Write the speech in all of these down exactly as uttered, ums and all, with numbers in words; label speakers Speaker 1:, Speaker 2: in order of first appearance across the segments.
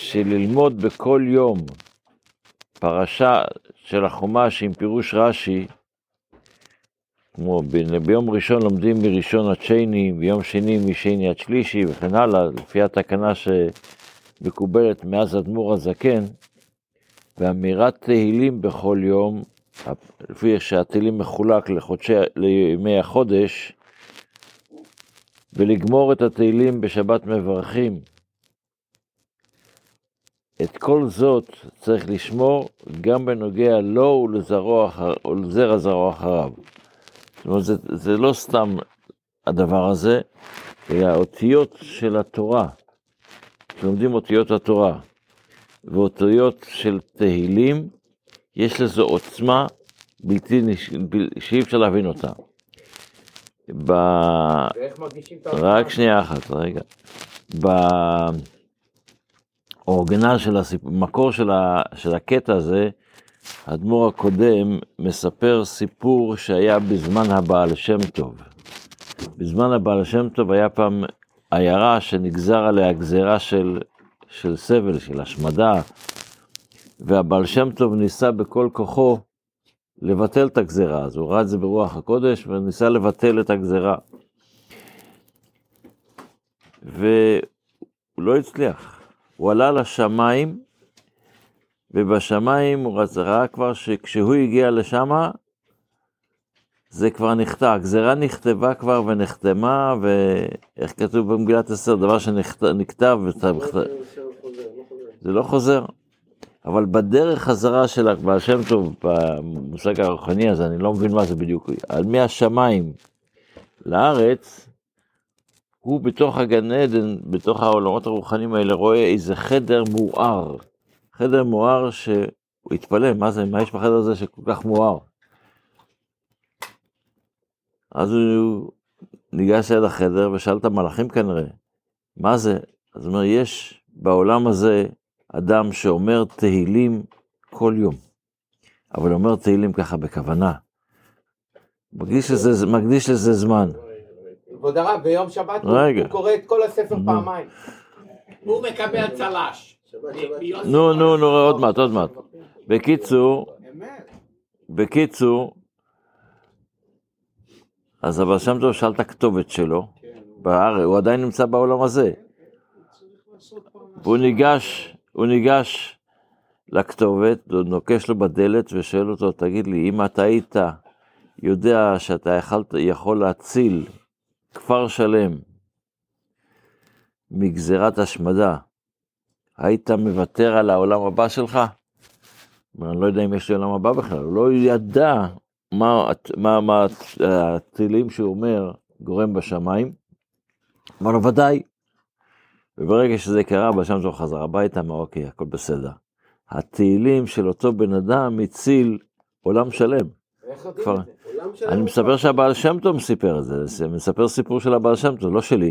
Speaker 1: שללמוד בכל יום פרשה של החומש עם פירוש רש"י, כמו ב- ביום ראשון לומדים מראשון עד שני, ביום שני משני עד שלישי וכן הלאה, לפי התקנה שמקובלת מאז אדמו"ר הזקן, ואמירת תהילים בכל יום, לפי איך שהתהילים מחולק לחודשי, לימי החודש, ולגמור את התהילים בשבת מברכים. את כל זאת צריך לשמור גם בנוגע לו ולזרוע אחר, ולזרע זרוע אחריו. זאת אומרת, זה, זה לא סתם הדבר הזה, אלא האותיות של התורה, שלומדים אותיות התורה, ואותיות של תהילים, יש לזו עוצמה בלתי, בל, שאי אפשר להבין אותה. ב...
Speaker 2: ואיך מרגישים את
Speaker 1: רק שנייה אחת, רגע. באורגנל של הסיפור, מקור של, ה... של הקטע הזה, האדמו"ר הקודם מספר סיפור שהיה בזמן הבעל שם טוב. בזמן הבעל שם טוב היה פעם עיירה שנגזר עליה גזירה של, של סבל, של השמדה, והבעל שם טוב ניסה בכל כוחו לבטל את הגזירה, אז הוא ראה את זה ברוח הקודש וניסה לבטל את הגזירה. והוא לא הצליח. הוא עלה לשמיים, ובשמיים הוא ראה כבר שכשהוא הגיע לשם, זה כבר נכתב, הגזירה נכתבה כבר ונחתמה, ואיך כתוב במגילת אסתר, דבר שנכתב, זה לא חוזר. אבל בדרך חזרה של הבעל שם טוב, במושג הרוחני הזה, אני לא מבין מה זה בדיוק, על מהשמיים לארץ, הוא בתוך הגן עדן, בתוך העולמות הרוחניים האלה, רואה איזה חדר מואר, חדר מואר שהוא התפלא, מה זה, מה יש בחדר הזה שכל כך מואר? אז הוא ניגש ליד החדר ושאל את המלאכים כנראה, מה זה? אז הוא אומר, יש בעולם הזה אדם שאומר תהילים כל יום, אבל אומר תהילים ככה בכוונה, מקדיש לזה, מקדיש לזה זמן.
Speaker 2: כבוד הרב, ביום שבת הוא קורא את כל הספר פעמיים.
Speaker 3: הוא מקבל צל"ש.
Speaker 1: נו, נו, נו, עוד מעט, עוד מעט. בקיצור, בקיצור, אז הבעל שם טוב שאל את הכתובת שלו, בארץ, הוא עדיין נמצא בעולם הזה. והוא ניגש, הוא ניגש לכתובת, נוקש לו בדלת ושואל אותו, תגיד לי, אם אתה היית יודע שאתה יכולת, יכול להציל כפר שלם מגזירת השמדה, היית מוותר על העולם הבא שלך? אני לא יודע אם יש לי עולם הבא בכלל, הוא לא ידע מה, מה, מה התהילים שהוא אומר גורם בשמיים, אבל הוא ודאי. וברגע שזה קרה, בשם זו חזר הביתה, מה אוקיי, הכל בסדר. התהילים של אותו בן אדם הציל עולם שלם.
Speaker 2: איך יודעים
Speaker 1: כבר...
Speaker 2: את זה? עולם שלם.
Speaker 1: אני מספר שהבעל שם טוב סיפר את זה, זה מספר סיפור של הבעל שם טוב, לא שלי.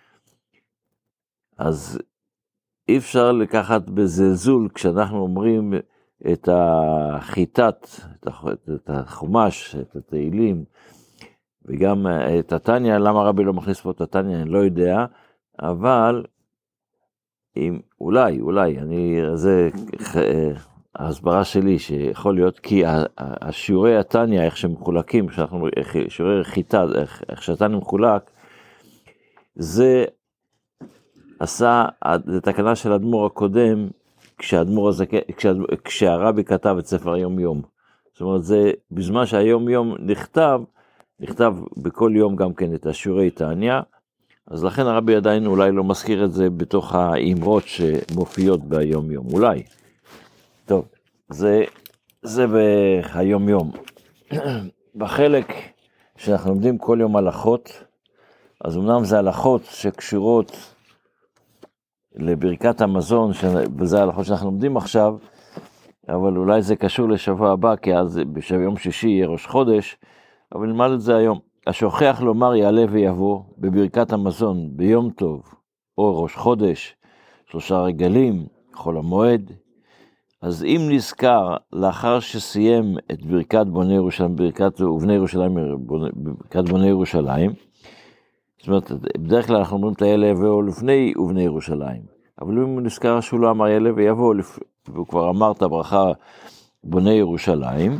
Speaker 1: אז אי אפשר לקחת בזלזול, כשאנחנו אומרים את החיטת, את החומש, את התהילים, וגם את התניה, למה רבי לא מכניס פה את התניה, אני לא יודע, אבל אם, אולי, אולי, אני, זה ההסברה שלי, שיכול להיות, כי השיעורי התניה, איך שמחולקים, שאנחנו, שיעורי חיטה, איך, איך שהתניה מחולק, זה עשה, זה תקנה של האדמו"ר הקודם, כשהאדמו"ר הזה, כשהרבי כתב את ספר היום יום. זאת אומרת, זה, בזמן שהיום יום נכתב, נכתב בכל יום גם כן את השיעורי תניה, אז לכן הרבי עדיין אולי לא מזכיר את זה בתוך האמרות שמופיעות ביום יום, אולי. טוב, זה, זה ביום יום. בחלק שאנחנו לומדים כל יום הלכות, אז אמנם זה הלכות שקשורות לברכת המזון, וזה ההלכות שאנחנו לומדים עכשיו, אבל אולי זה קשור לשבוע הבא, כי אז ביום שישי יהיה ראש חודש, אבל נלמד את זה היום. השוכח לומר יעלה ויבוא בברכת המזון ביום טוב, או ראש חודש, שלושה רגלים, חול המועד, אז אם נזכר לאחר שסיים את ברכת בוני ירושלים, ברכת ובני ירושלים, ברכת בוני ירושלים, זאת אומרת, בדרך כלל אנחנו אומרים את האלה ויבואו לפני ובני ירושלים, אבל אם הוא נזכר שהוא לא אמר יעלה ויבוא, והוא כבר אמר את הברכה בוני ירושלים,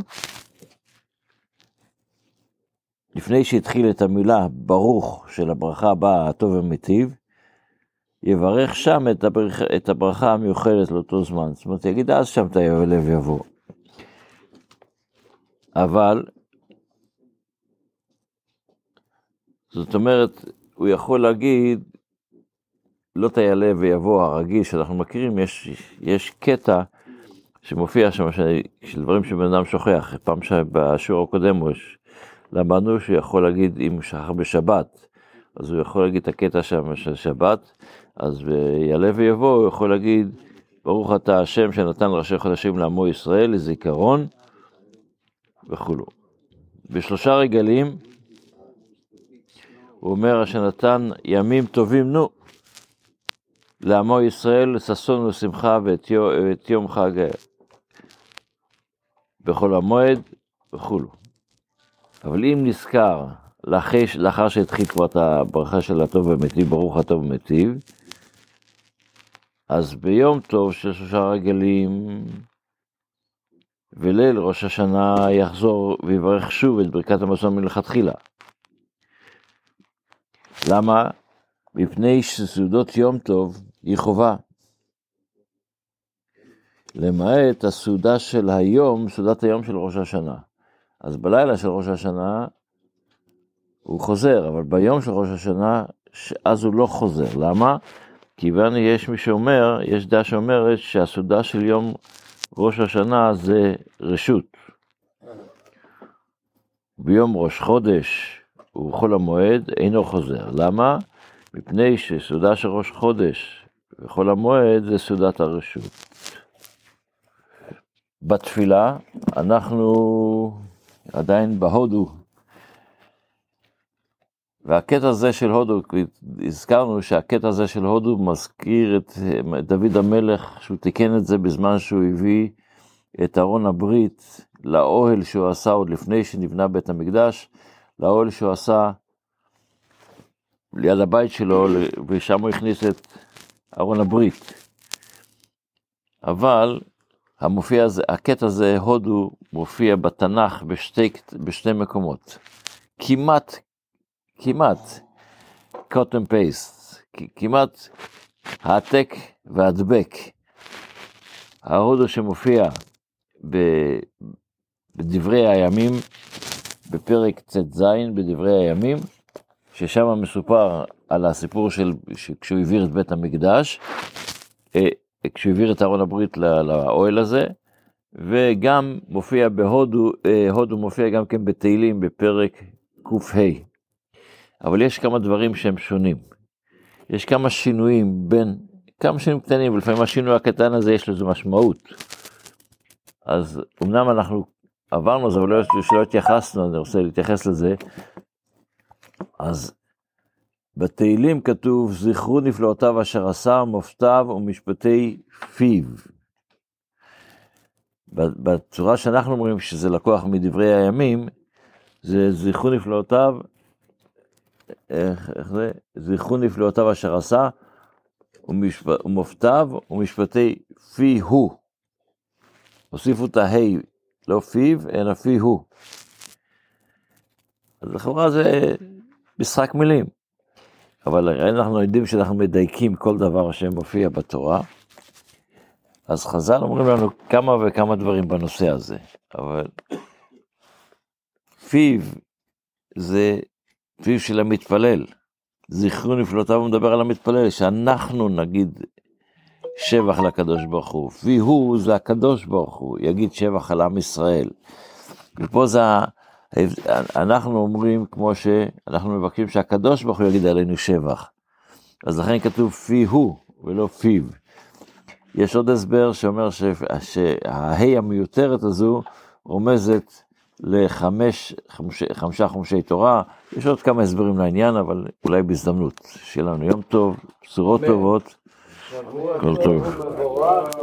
Speaker 1: לפני שהתחיל את המילה ברוך של הברכה הבאה, הטוב ומיטיב, יברך שם את הברכה, את הברכה המיוחדת לאותו זמן. זאת אומרת, יגיד אז שם את היעלה ויבוא. אבל, זאת אומרת, הוא יכול להגיד, לא תיעלה ויבוא הרגיל שאנחנו מכירים, יש, יש קטע שמופיע שם של דברים שבן אדם שוכח. פעם שבשיעור הקודם למדנו שיכול להגיד, אם הוא שכח בשבת, אז הוא יכול להגיד את הקטע שם של שבת, אז ביעלה ויבוא הוא יכול להגיד, ברוך אתה השם שנתן ראשי חודשים לעמו ישראל, לזיכרון וכו'. בשלושה רגלים, הוא אומר שנתן ימים טובים, נו, לעמו ישראל, לששון ולשמחה ואת יום, ואת יום חג בכל המועד וכו'. אבל אם נזכר, לאחר, לאחר שהתחיל כבר את הברכה של הטוב ומיטיב, ברוך הטוב ומיטיב, אז ביום טוב של שלושה רגלים וליל ראש השנה יחזור ויברך שוב את ברכת המזון מלכתחילה. למה? מפני שסעודות יום טוב היא חובה. למעט הסעודה של היום, סעודת היום של ראש השנה. אז בלילה של ראש השנה הוא חוזר, אבל ביום של ראש השנה, אז הוא לא חוזר. למה? כי יש מי שאומר, יש דעה שאומרת שהסעודה של יום ראש השנה זה רשות. ביום ראש חודש ובחול המועד אינו חוזר. למה? מפני שסעודה של ראש חודש ובחול המועד זה סעודת הרשות. בתפילה אנחנו עדיין בהודו, והקטע הזה של הודו, הזכרנו שהקטע הזה של הודו מזכיר את דוד המלך, שהוא תיקן את זה בזמן שהוא הביא את ארון הברית לאוהל שהוא עשה עוד לפני שנבנה בית המקדש, לאוהל שהוא עשה ליד הבית שלו, ושם הוא הכניס את ארון הברית. אבל המופיע הזה, הקטע הזה, הודו, מופיע בתנ"ך בשתי, בשתי מקומות. כמעט, כמעט, cut and paste, כמעט העתק והדבק. ההודו שמופיע בדברי הימים, בפרק צ"ז בדברי הימים, ששם מסופר על הסיפור של כשהוא העביר את בית המקדש, כשהוא העביר את ארון הברית לאוהל הזה, וגם מופיע בהודו, הודו מופיע גם כן בתהילים בפרק ק"ה. אבל יש כמה דברים שהם שונים. יש כמה שינויים בין, כמה שינויים קטנים, ולפעמים השינוי הקטן הזה יש לזה משמעות. אז אמנם אנחנו עברנו זה, אבל לא התייחסנו, אני רוצה להתייחס לזה. אז בתהילים כתוב, זכרו נפלאותיו אשר עשה, מופתיו ומשפטי פיו. בצורה שאנחנו אומרים שזה לקוח מדברי הימים, זה זכרו נפלאותיו, איך, איך זה? זכרו נפלאותיו אשר עשה, ומופתיו ומשפטי פי הוא. הוסיפו את ההי, לא פיו, אלא פי הוא. אז לכאורה זה משחק מילים. אבל אנחנו יודעים שאנחנו מדייקים כל דבר שמופיע בתורה, אז חז"ל אומרים לנו כמה וכמה דברים בנושא הזה, אבל פיו זה פיו של המתפלל, זכרו נפלאותיו, הוא מדבר על המתפלל, שאנחנו נגיד שבח לקדוש ברוך הוא, והוא זה הקדוש ברוך הוא, יגיד שבח על עם ישראל, ופה זה, אנחנו אומרים כמו שאנחנו מבקשים שהקדוש ברוך הוא יגיד עלינו שבח, אז לכן כתוב פיהו ולא פיו. יש עוד הסבר שאומר שההי המיותרת הזו רומזת לחמש, חמש, חמשה חומשי תורה, יש עוד כמה הסברים לעניין, אבל אולי בהזדמנות. שיהיה לנו יום טוב, בשורות טובות, כל טוב.